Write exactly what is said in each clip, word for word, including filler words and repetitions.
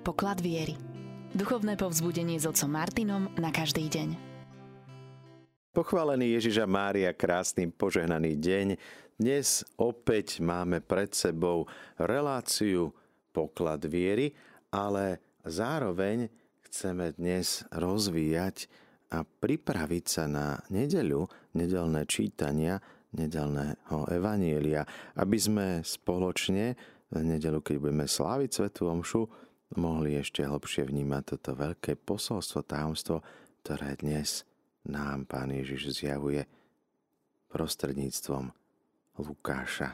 Poklad viery. Duchovné povzbudenie s otcom Martinom na každý deň. Pochválený Ježiš a Mária, krásny požehnaný deň. Dnes opäť máme pred sebou reláciu Poklad viery, ale zároveň chceme dnes rozvíjať a pripraviť sa na nedeľu, nedeľné čítania, nedeľného evanjelia, aby sme spoločne v nedeľu, keď budeme sláviť svätú omšu, mohli ešte hlbšie vnímať toto veľké posolstvo, tajomstvo, ktoré dnes nám Pán Ježiš zjavuje prostredníctvom Lukáša.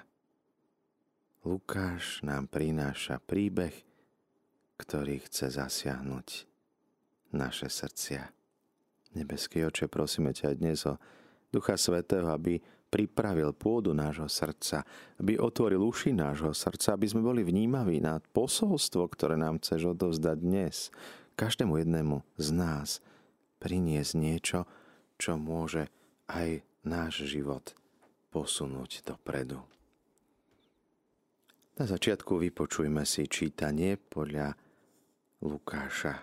Lukáš nám prináša príbeh, ktorý chce zasiahnuť naše srdcia. Nebeský Oče, prosíme ťa dnes o Ducha Svätého, aby pripravil pôdu nášho srdca, aby otvoril uši nášho srdca, aby sme boli vnímaví na posolstvo, ktoré nám chceš odovzdať dnes. Každému jednému z nás priniesť niečo, čo môže aj náš život posunúť dopredu. Na začiatku vypočujme si čítanie podľa Lukáša.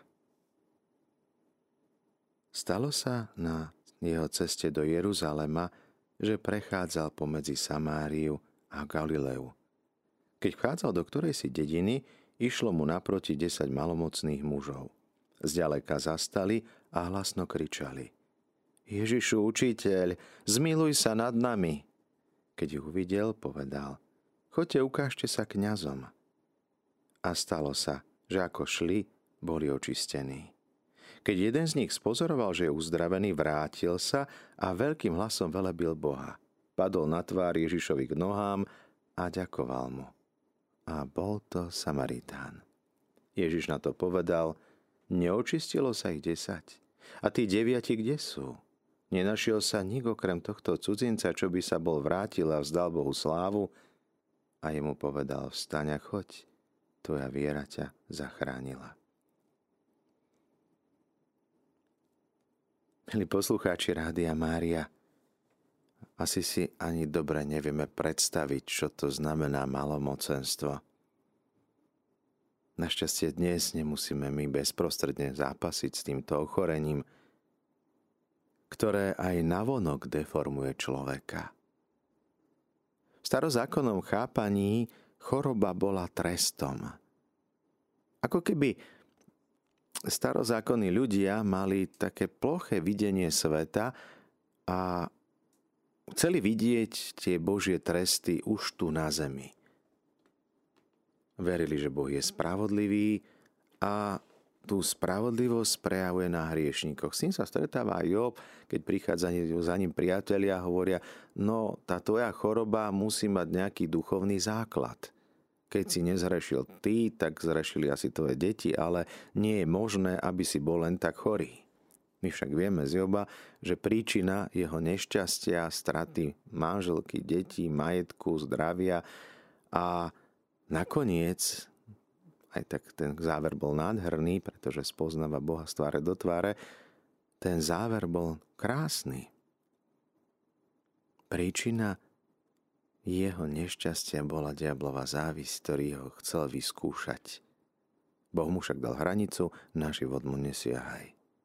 Stalo sa na jeho ceste do Jeruzalema, že prechádzal pomedzi Samáriu a Galileu. Keď vchádzal do ktorej si dediny, išlo mu naproti desať malomocných mužov. Zďaleka zastali a hlasno kričali: Ježišu, učiteľ, zmiluj sa nad nami. Keď ich uvidel, povedal: Choďte, ukážte sa kňazom. A stalo sa, že ako šli, boli očistení. Keď jeden z nich spozoroval, že je uzdravený, vrátil sa a veľkým hlasom velebil Boha. Padol na tvár Ježišovi k nohám a ďakoval mu. A bol to Samaritán. Ježiš na to povedal: Neočistilo sa ich desať? A tí deviati kde sú? Nenašiel sa nik okrem tohto cudzinca, čo by sa bol vrátil a vzdal Bohu slávu? A jemu povedal: Vstaň a choď, tvoja viera ťa zachránila. Milí poslucháči Rádia Mária, asi si ani dobre nevieme predstaviť, čo to znamená malomocenstvo. Našťastie dnes nemusíme my bezprostredne zápasiť s týmto ochorením, ktoré aj navonok deformuje človeka. V starozákonnom chápaní choroba bola trestom. Ako keby starozákonní ľudia mali také ploché videnie sveta a chceli vidieť tie Božie tresty už tu na zemi. Verili, že Boh je spravodlivý a tú spravodlivosť prejavuje na hriešníkoch. S tým sa stretáva aj Job, keď prichádza za ním priatelia a hovoria: no, tá tvoja choroba musí mať nejaký duchovný základ. Keď si nezhrešil ty, tak zhrešili asi tvoje deti, ale nie je možné, aby si bol len tak chorý. My však vieme z Joba, že príčina jeho nešťastia, straty manželky, detí, majetku, zdravia a nakoniec, aj tak ten záver bol nádherný, pretože spoznáva Boha z tváre do tváre, ten záver bol krásny. Príčina jeho nešťastia bola diablova závisť, ktorý ho chcel vyskúšať. Boh mu však dal hranicu, na život mu nesiahaj.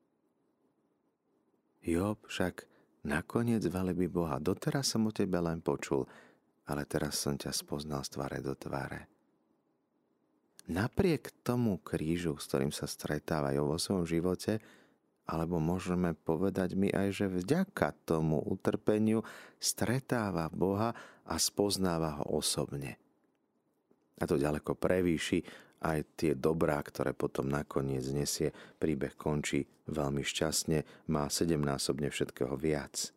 Job však nakoniec velebí Boha: doteraz som o tebe len počul, ale teraz som ťa spoznal z tváre do tváre. Napriek tomu krížu, s ktorým sa stretávajú vo svojom živote, alebo môžeme povedať my aj, že vďaka tomu utrpeniu stretáva Boha a spoznáva ho osobne. A to ďaleko prevýši aj tie dobrá, ktoré potom nakoniec nesie. Príbeh končí veľmi šťastne, má sedemnásobne všetkého viac.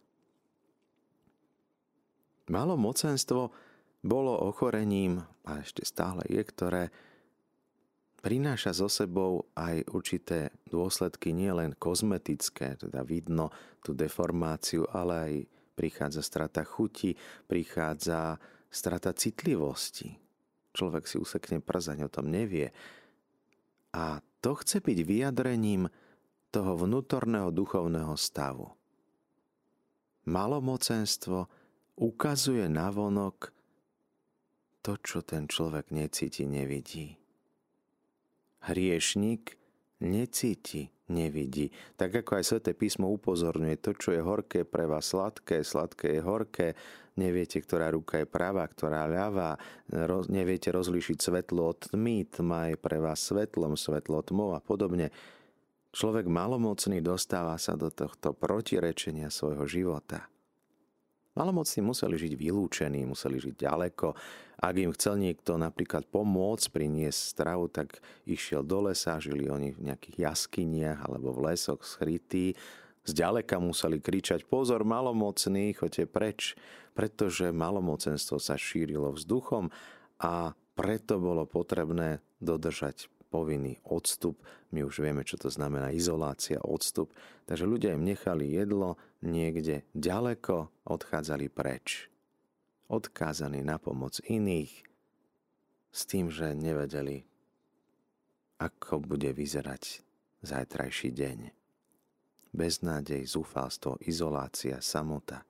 Malomocenstvo bolo ochorením, a ešte stále je, ktoré prináša so sebou aj určité dôsledky, nie len kozmetické, teda vidno tú deformáciu, ale aj prichádza strata chuti, prichádza strata citlivosti. Človek si usekne przaň, o tom nevie. A to chce byť vyjadrením toho vnútorného duchovného stavu. Malomocenstvo ukazuje navonok to, čo ten človek necíti, nevidí. hriešnik necíti, nevidí. Tak ako aj Sväté písmo upozorňuje, to, čo je horké pre vás sladké, sladké je horké, neviete, ktorá ruka je pravá, ktorá ľavá, roz, neviete rozlíšiť svetlo od tmy, tma je pre vás svetlom, svetlo tmou a podobne. Človek malomocný dostáva sa do tohto protirečenia svojho života. Malomocní museli žiť vylúčení, museli žiť ďaleko. Ak im chcel niekto napríklad pomôcť priniesť stravu, tak išiel do lesa, žili oni v nejakých jaskyniach alebo v lesoch skrytí. Zďaleka museli kričať: pozor, malomocný, choďte preč, pretože malomocenstvo sa šírilo vzduchom a preto bolo potrebné dodržať povinný odstup. My už vieme, čo to znamená izolácia, odstup. Takže ľudia im nechali jedlo niekde ďaleko, odchádzali preč. Odkázaní na pomoc iných s tým, že nevedeli, ako bude vyzerať zajtrajší deň. Beznádej, zúfalstvo, izolácia, samota.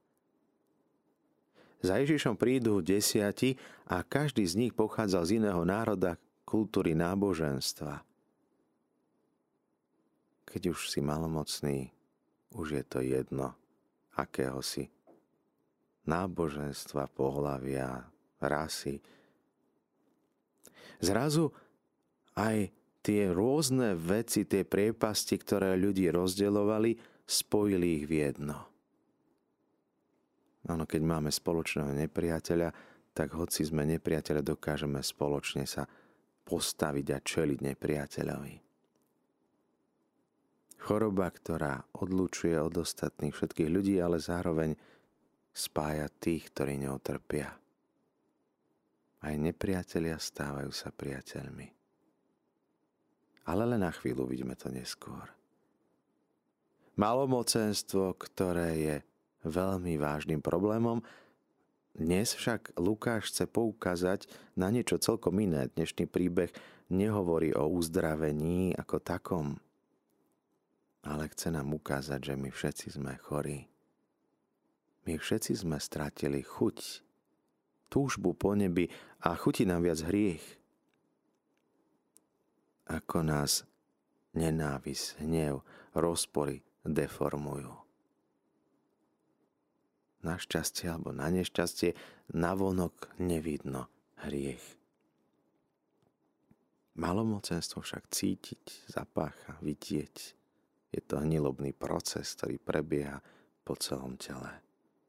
Za Ježišom prídu desiati a každý z nich pochádzal z iného národa, kultúry, náboženstva. Keď už si malomocný, už je to jedno, akého si náboženstva, pohlavia, rasy. Zrazu aj tie rôzne veci, tie priepasti, ktoré ľudí rozdeľovali, spojili ich v jedno. Áno, keď máme spoločného nepriateľa, tak hoci sme nepriateľe, dokážeme spoločne sa postaviť a čeliť nepriateľovi. Choroba, ktorá odlučuje od ostatných všetkých ľudí, ale zároveň spája tých, ktorí neotrpia. Aj nepriatelia stávajú sa priateľmi. Ale len na chvíľu, vidíme to neskôr. Malomocenstvo, ktoré je veľmi vážnym problémom. Dnes však Lukáš chce poukázať na niečo celkom iné. Dnešný príbeh nehovorí o uzdravení ako takom, ale chce nám ukázať, že my všetci sme chorí. My všetci sme stratili chuť, túžbu po nebi a chutí nám viac hriech. Ako nás nenávisť, hnev, rozpory deformujú. Našťastie alebo na nešťastie navonok nevidno hriech. Malomocenstvo však cítiť, zapácha, vidieť. Je to hnilobný proces, ktorý prebieha po celom tele.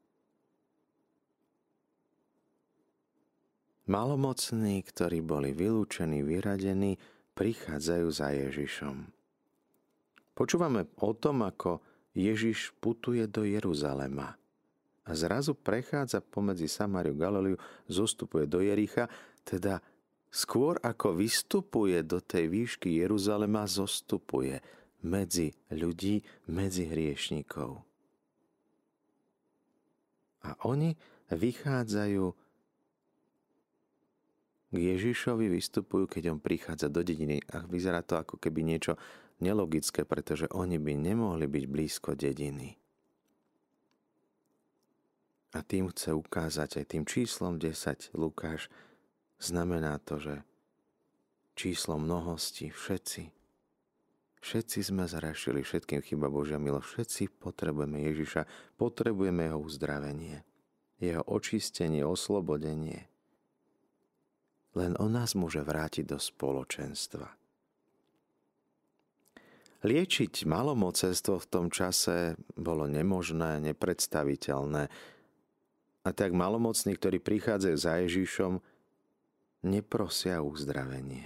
Malomocní, ktorí boli vylúčení, vyradení, prichádzajú za Ježišom. Počúvame o tom, ako Ježiš putuje do Jeruzalema. A zrazu prechádza pomedzi Samáriu a Galiléu, zostupuje do Jericha, teda skôr ako vystupuje do tej výšky Jeruzalema, zostupuje medzi ľudí, medzi hriešníkov. A oni vychádzajú k Ježišovi, vystupujú, keď on prichádza do dediny. A vyzerá to ako keby niečo nelogické, pretože oni by nemohli byť blízko dediny. A tým chce ukázať aj tým číslom desať Lukáš, znamená to, že číslo mnohosti, všetci, všetci sme zrešili, všetkým chýba Božia milosť, všetci potrebujeme Ježiša, potrebujeme jeho uzdravenie, jeho očistenie, oslobodenie. Len on nás môže vrátiť do spoločenstva. Liečiť malomocenstvo v tom čase bolo nemožné, nepredstaviteľné. A tak malomocní, ktorí prichádzajú za Ježišom, neprosia o uzdravenie.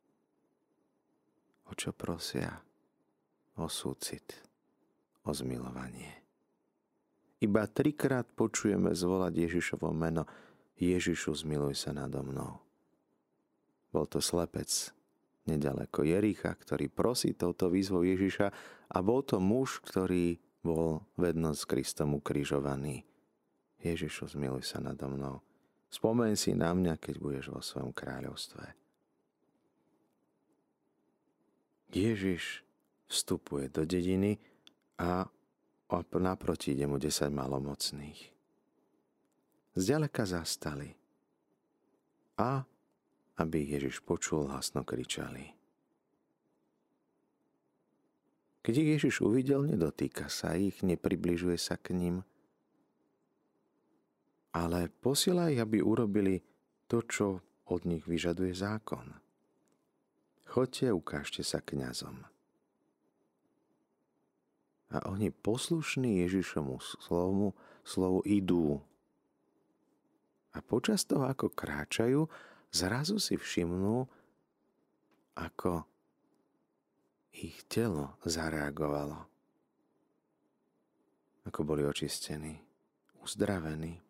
O čo prosia? O súcit, o zmilovanie. Iba trikrát počujeme zvolať Ježišovo meno: Ježišu, zmiluj sa nado mnou. Bol to slepec nedaleko Jericha, ktorý prosí touto výzvou Ježiša, a bol to muž, ktorý bol vedno s Kristom ukrižovaný. Ježišu, zmiluj sa nado mnou. Spomeň si na mňa, keď budeš vo svojom kráľovstve. Ježiš vstupuje do dediny a naproti ide mu desať malomocných. Zďaleka zastali a aby Ježiš počul, hlasno kričali: Keď ich Ježiš uvidel, nedotýka sa ich, nepribližuje sa k ním, ale posiela ich, aby urobili to, čo od nich vyžaduje zákon. Choďte, ukážte sa kňazom. A oni poslušní Ježišomu slovu, slovu idú. A počas toho, ako kráčajú, zrazu si všimnú, ako ich telo zareagovalo. Ako boli očistení, uzdravení.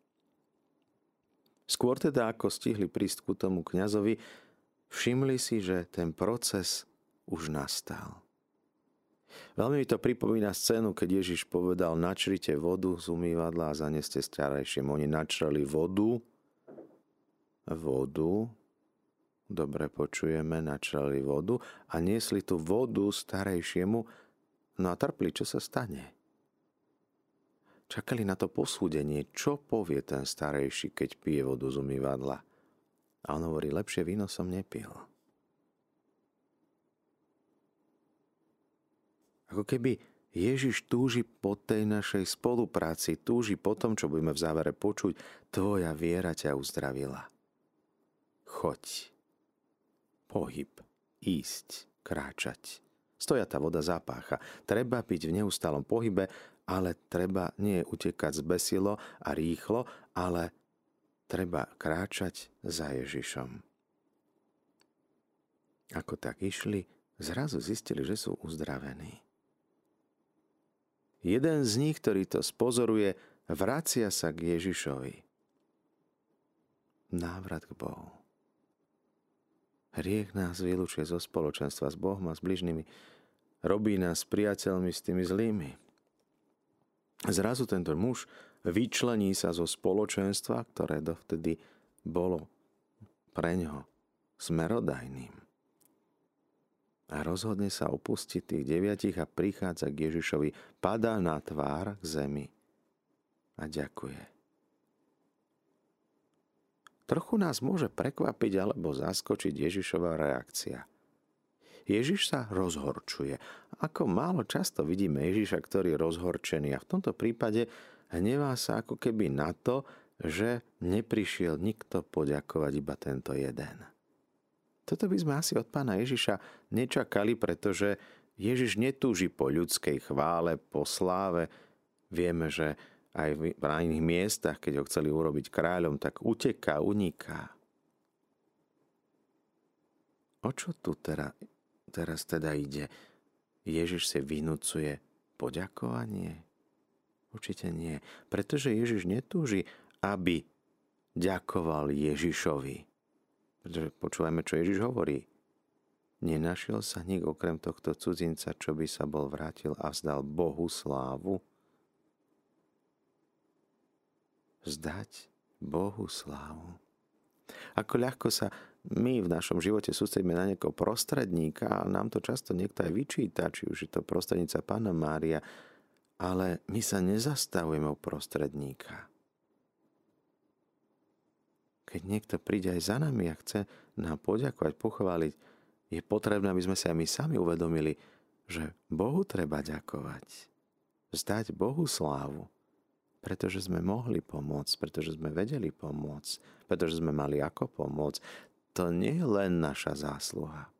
Skôr teda, ako stihli prísť ku tomu kňazovi, všimli si, že ten proces už nastal. Veľmi mi to pripomína scénu, keď Ježiš povedal: načrite vodu z umývadla a zaneste starejším. Oni načrali vodu, vodu, dobre počujeme, načrali vodu a niesli tú vodu starejšiemu, no a trpli, čo sa stane. Čakali na to posúdenie, čo povie ten starejší, keď pije vodu z umývadla. A on hovorí: lepšie víno som nepil. Ako keby Ježiš túži po tej našej spolupráci, túži po tom, čo budeme v závere počuť: tvoja viera ťa uzdravila. Choď, pohyb, ísť, kráčať. Stoja tá voda zapácha. Treba byť v neustálom pohybe, ale treba nie utekať zbesilo a rýchlo, ale treba kráčať za Ježišom. Ako tak išli, zrazu zistili, že sú uzdravení. Jeden z nich, ktorý to spozoruje, vracia sa k Ježišovi. Návrat k Bohu. Hriech nás vylúčuje zo spoločenstva s Bohom a s bližnými. Robí nás priateľmi s tými zlými. Zrazu tento muž vyčlení sa zo spoločenstva, ktoré dovtedy bolo pre ňoho smerodajným. A rozhodne sa opustiť tých deviatich a prichádza k Ježišovi, padá na tvár k zemi a ďakuje. Trochu nás môže prekvapiť alebo zaskočiť Ježišova reakcia. Ježiš sa rozhorčuje. Ako málo často vidíme Ježiša, ktorý je rozhorčený, a v tomto prípade hnevá sa ako keby na to, že neprišiel nikto poďakovať, iba tento jeden. Toto by sme asi od pána Ježiša nečakali, pretože Ježiš netúži po ľudskej chvále, po sláve. Vieme, že aj na iných miestach, keď ho chceli urobiť kráľom, tak uteká, uniká. O čo tu teraz, teraz teda ide? Ježiš si vynúcuje poďakovanie? Určite nie. Pretože Ježiš netúži, aby ďakoval Ježišovi. Pretože počúvajme, čo Ježiš hovorí. Nenašiel sa nik okrem tohto cudzinca, čo by sa bol vrátil a vzdal Bohu slávu. Vzdať Bohu slávu. Ako ľahko sa my v našom živote sústredíme na niekoho prostredníka a nám to často niekto aj vyčíta, či už je to prostredníca Panna Mária, ale my sa nezastavujeme u prostredníka. Keď niekto príde aj za nami a chce nám poďakovať, pochváliť, je potrebné, aby sme si aj my sami uvedomili, že Bohu treba ďakovať. Vzdať Bohu slávu, pretože sme mohli pomôcť, pretože sme vedeli pomôcť, pretože sme mali ako pomôcť. To nie je len naša zásluha.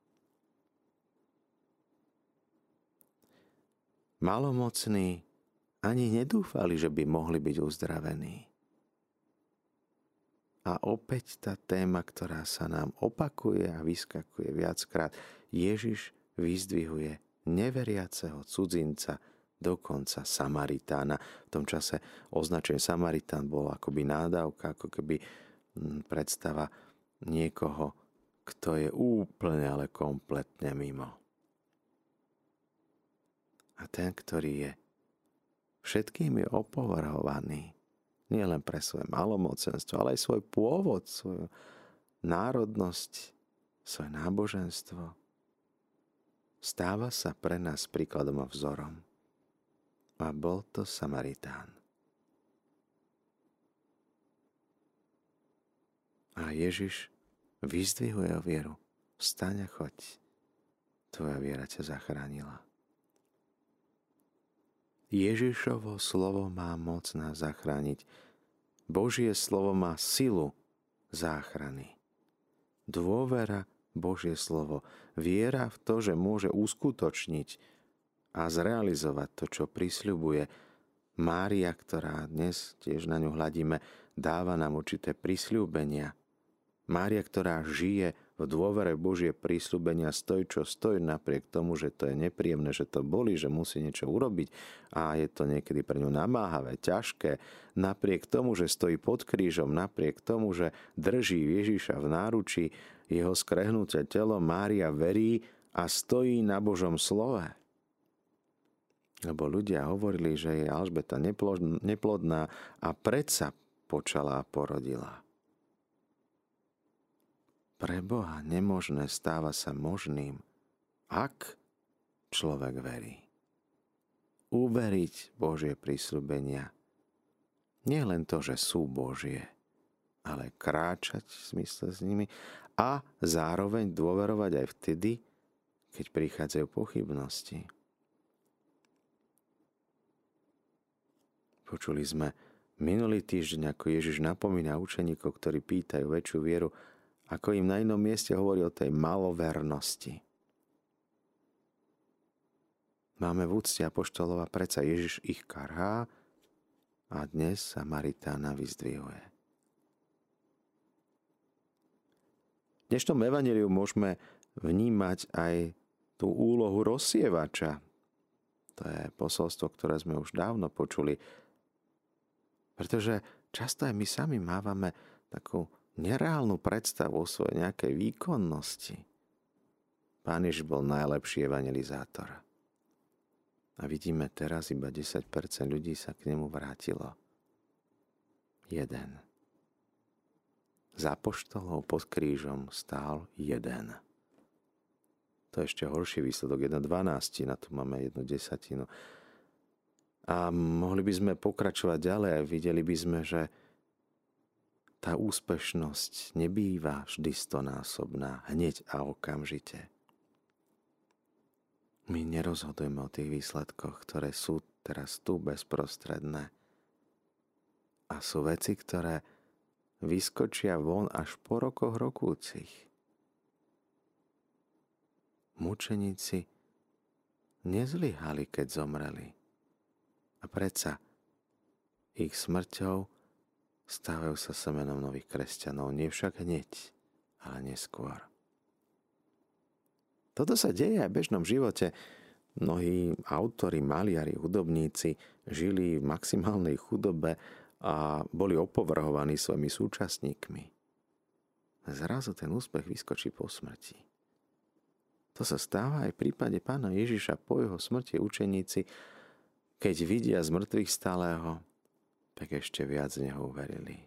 Malomocní ani nedúfali, že by mohli byť uzdravení. A opäť tá téma, ktorá sa nám opakuje a vyskakuje viackrát. Ježiš vyzdvihuje neveriaceho cudzinca, dokonca Samaritána. V tom čase označenie Samaritán bol akoby nádavka, ako keby predstava niekoho, kto je úplne, ale kompletne mimo. A ten, ktorý je všetkými opovrhovaný, nie len pre svoje malomocenstvo, ale aj svoj pôvod, svoju národnosť, svoje náboženstvo, stáva sa pre nás príkladom a vzorom. A bol to Samaritán. A Ježiš vyzdvihuje o vieru. Vstaň a choď. Tvoja viera ťa zachránila. Ježišovo slovo má moc nás zachrániť. Božie slovo má silu záchrany. Dôvera Božie slovo. Viera v to, že môže uskutočniť a zrealizovať to, čo prisľubuje. Mária, ktorá dnes tiež na ňu hľadíme, dáva nám určité prisľúbenia. Mária, ktorá žije v dôvere Božie prísľubenia, stoj čo stoj, napriek tomu, že to je nepríjemné, že to bolí, že musí niečo urobiť a je to niekedy pre ňu namáhavé, ťažké. Napriek tomu, že stojí pod krížom, napriek tomu, že drží Ježiša v náručí, jeho skrehnuté telo, Mária verí a stojí na Božom slove. Lebo ľudia hovorili, že je Alžbeta neplodná a predsa počala a porodila. Pre Boha nemožné stáva sa možným, ak človek verí. Uveriť Božie prísľubenia. Nie len to, že sú Božie, ale kráčať v zmysle s nimi a zároveň dôverovať aj vtedy, keď prichádzajú pochybnosti. Počuli sme minulý týždeň, ako Ježiš napomína učeníkov, ktorí pýtajú väčšiu vieru, ako im na inom mieste hovorí o tej malovernosti. Máme v úcte apoštolov a predsa Ježiš ich karhá a dnes Samaritána vyzdvihuje. V dnešnom evanjeliu môžeme vnímať aj tú úlohu rozsievača. To je posolstvo, ktoré sme už dávno počuli. Pretože často aj my sami mávame takú nereálnu predstavu o svojej nejakej výkonnosti. Pán Ježiš bol najlepší evangelizátor. A vidíme teraz iba desať percent ľudí sa k nemu vrátilo. Jeden. Za apoštolov pod krížom stál jeden. To je ešte horší výsledok, jedna dvanástina, tu máme jednu desatinu. A mohli by sme pokračovať ďalej a videli by sme, že tá úspešnosť nebýva vždy stonásobná, hneď a okamžite. My nerozhodujeme o tých výsledkoch, ktoré sú teraz tu bezprostredné. A sú veci, ktoré vyskočia von až po rokoch rokúcich. Mučeníci nezlyhali, keď zomreli. A predsa ich smrťou stávajú sa semenom nových kresťanov, nie však hneď, ale neskôr. Toto sa deje aj v bežnom živote. Mnohí autori, maliari, hudobníci žili v maximálnej chudobe a boli opovrhovaní svojimi súčasníkmi. Zrazu ten úspech vyskočí po smrti. To sa stáva aj v prípade pána Ježiša po jeho smrti. Učeníci, keď vidia z mŕtvych stáleho, tak ešte viac v neho uverili.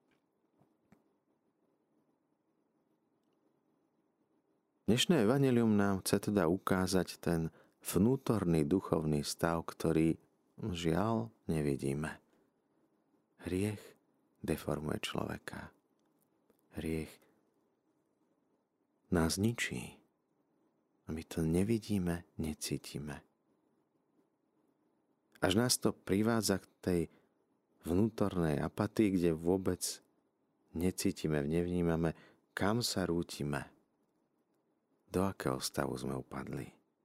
Dnešné evanjelium nám chce teda ukázať ten vnútorný duchovný stav, ktorý žiaľ nevidíme. Hriech deformuje človeka. Hriech nás ničí. A my to nevidíme, necítime. Až nás to privádza k tej vnútornej apatii, kde vôbec necítime, nevnímame, kam sa rútime, do akého stavu sme upadli.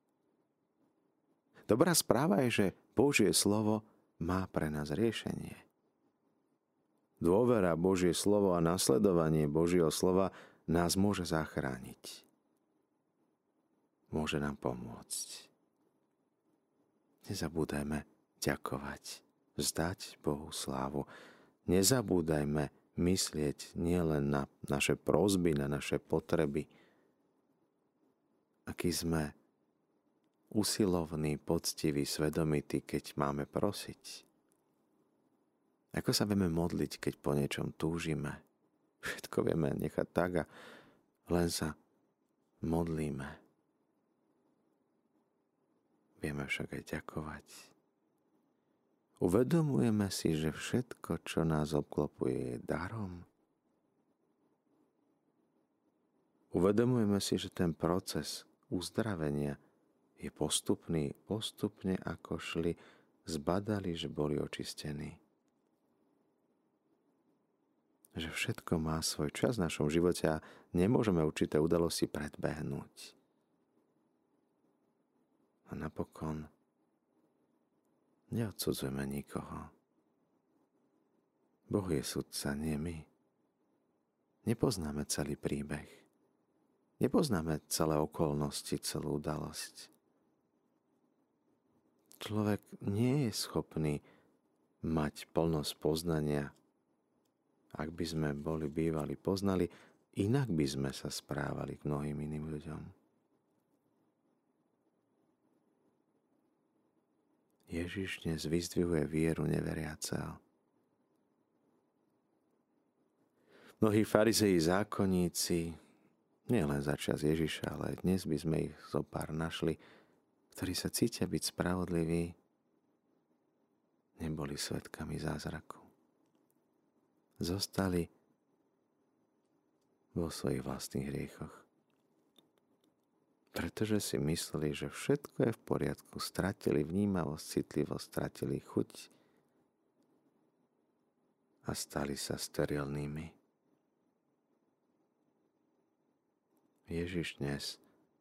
Dobrá správa je, že Božie slovo má pre nás riešenie. Dôvera Božie slovo a nasledovanie Božieho slova nás môže zachrániť. Môže nám pomôcť. Nezabúdajme ďakovať, vzdať Bohu slávu. Nezabúdajme myslieť nielen na naše prosby, na naše potreby. Aký sme usilovní, poctiví, svedomití, keď máme prosiť. Ako sa vieme modliť, keď po niečom túžime. Všetko vieme nechať tak a len sa modlíme. Vieme však aj ďakovať. Uvedomujeme si, že všetko, čo nás obklopuje, je darom. Uvedomujeme si, že ten proces uzdravenia je postupný, postupne ako šli zbadali, že boli očistení. Že všetko má svoj čas v našom živote a nemôžeme určité udalosti predbehnúť. A napokon neodsudzujeme nikoho. Boh je sudca, nie my. Nepoznáme celý príbeh. Nepoznáme celé okolnosti, celú udalosť. Človek nie je schopný mať plnosť poznania. Ak by sme boli bývali, poznali, inak by sme sa správali k mnohým iným ľuďom. Ježiš dnes vyzdvihuje vieru neveriaceho. Mnohí farizei zákonníci, nielen za čas Ježiša, ale dnes by sme ich zo pár našli, ktorí sa cítia byť spravodliví, neboli svedkami zázraku. Zostali vo svojich vlastných hriechoch. Pretože si mysleli, že všetko je v poriadku, stratili vnímavosť, citlivosť, stratili chuť a stali sa sterilnými. Ježiš dnes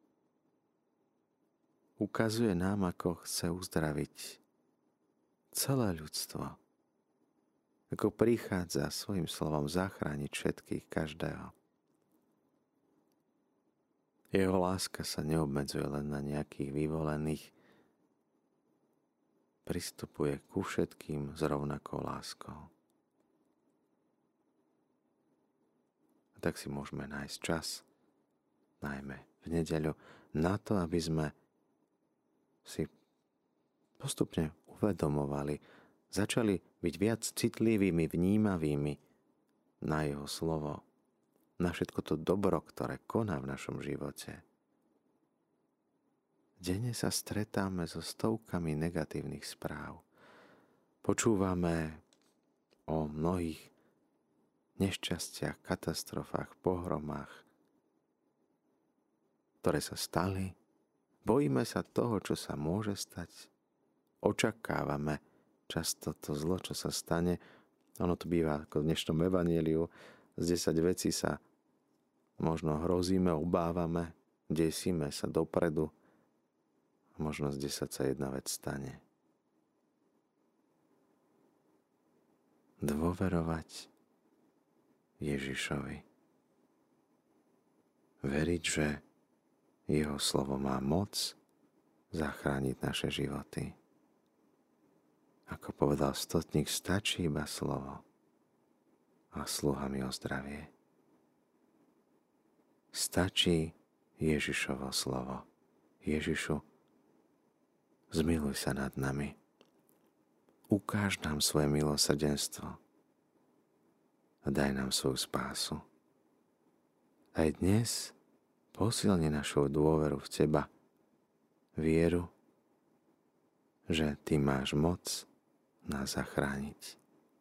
ukazuje nám, ako chce uzdraviť celé ľudstvo. Ako prichádza svojim slovom zachrániť všetkých, každého. Jeho láska sa neobmedzuje len na nejakých vyvolených. Pristupuje ku všetkým s rovnakou láskou. A tak si môžeme nájsť čas, najmä v nedeľu, na to, aby sme si postupne uvedomovali, začali byť viac citlivými, vnímavými na jeho slovo, na všetko to dobro, ktoré koná v našom živote. Denne sa stretáme so stovkami negatívnych správ. Počúvame o mnohých nešťastiach, katastrofách, pohromách, ktoré sa stali. Bojíme sa toho, čo sa môže stať. Očakávame často to zlo, čo sa stane. Ono to býva ako v dnešnom evanjeliu. Z desať vecí sa možno hrozíme, obávame, desíme sa dopredu. Možno z desať sa jedna vec stane. Dôverovať Ježišovi. Veriť, že jeho slovo má moc zachrániť naše životy. Ako povedal stotník, stačí iba slovo a sluha mi ozdravie. Stačí Ježišovo slovo. Ježišu, zmiluj sa nad nami. Ukáž nám svoje milosrdenstvo a daj nám svoju spásu. Aj dnes posilni našu dôveru v Teba, vieru, že Ty máš moc nás zachrániť.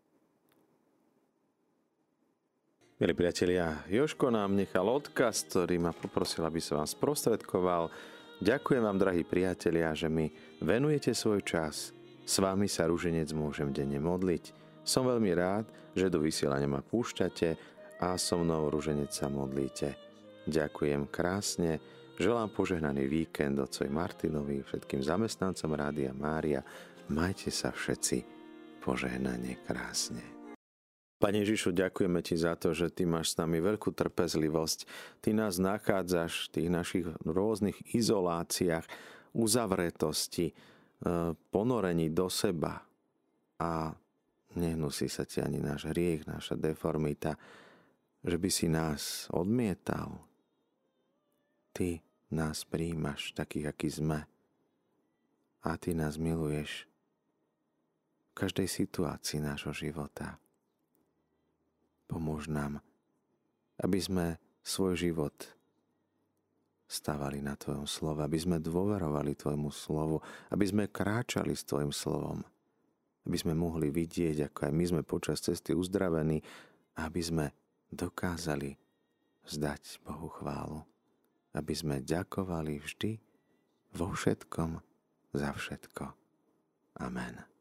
Milí priatelia, Jožko nám nechal odkaz, ktorý ma poprosil, aby som vám sprostredkoval. Ďakujem vám, drahí priatelia, že mi venujete svoj čas. S vami sa ruženec môžem denne modliť. Som veľmi rád, že do vysielania ma púšťate a so mnou ruženec sa modlíte. Ďakujem krásne. Želám požehnaný víkend otcovi Martinovi, všetkým zamestnancom Rádia Mária. Majte sa všetci požehnane krásne. Pane Ježišu, ďakujeme Ti za to, že Ty máš s nami veľkú trpezlivosť. Ty nás nachádzaš v tých našich rôznych izoláciách, uzavretosti, ponorení do seba. A nehnusí sa Ti ani náš hriech, naša deformita, že by si nás odmietal. Ty nás prijímaš takých, akí sme. A Ty nás miluješ v každej situácii nášho života. Pomôž nám, aby sme svoj život stavali na Tvojom slove, aby sme dôverovali Tvojmu slovu, aby sme kráčali s Tvojim slovom, aby sme mohli vidieť, ako aj my sme počas cesty uzdravení, aby sme dokázali vzdať Bohu chválu, aby sme ďakovali vždy vo všetkom za všetko. Amen.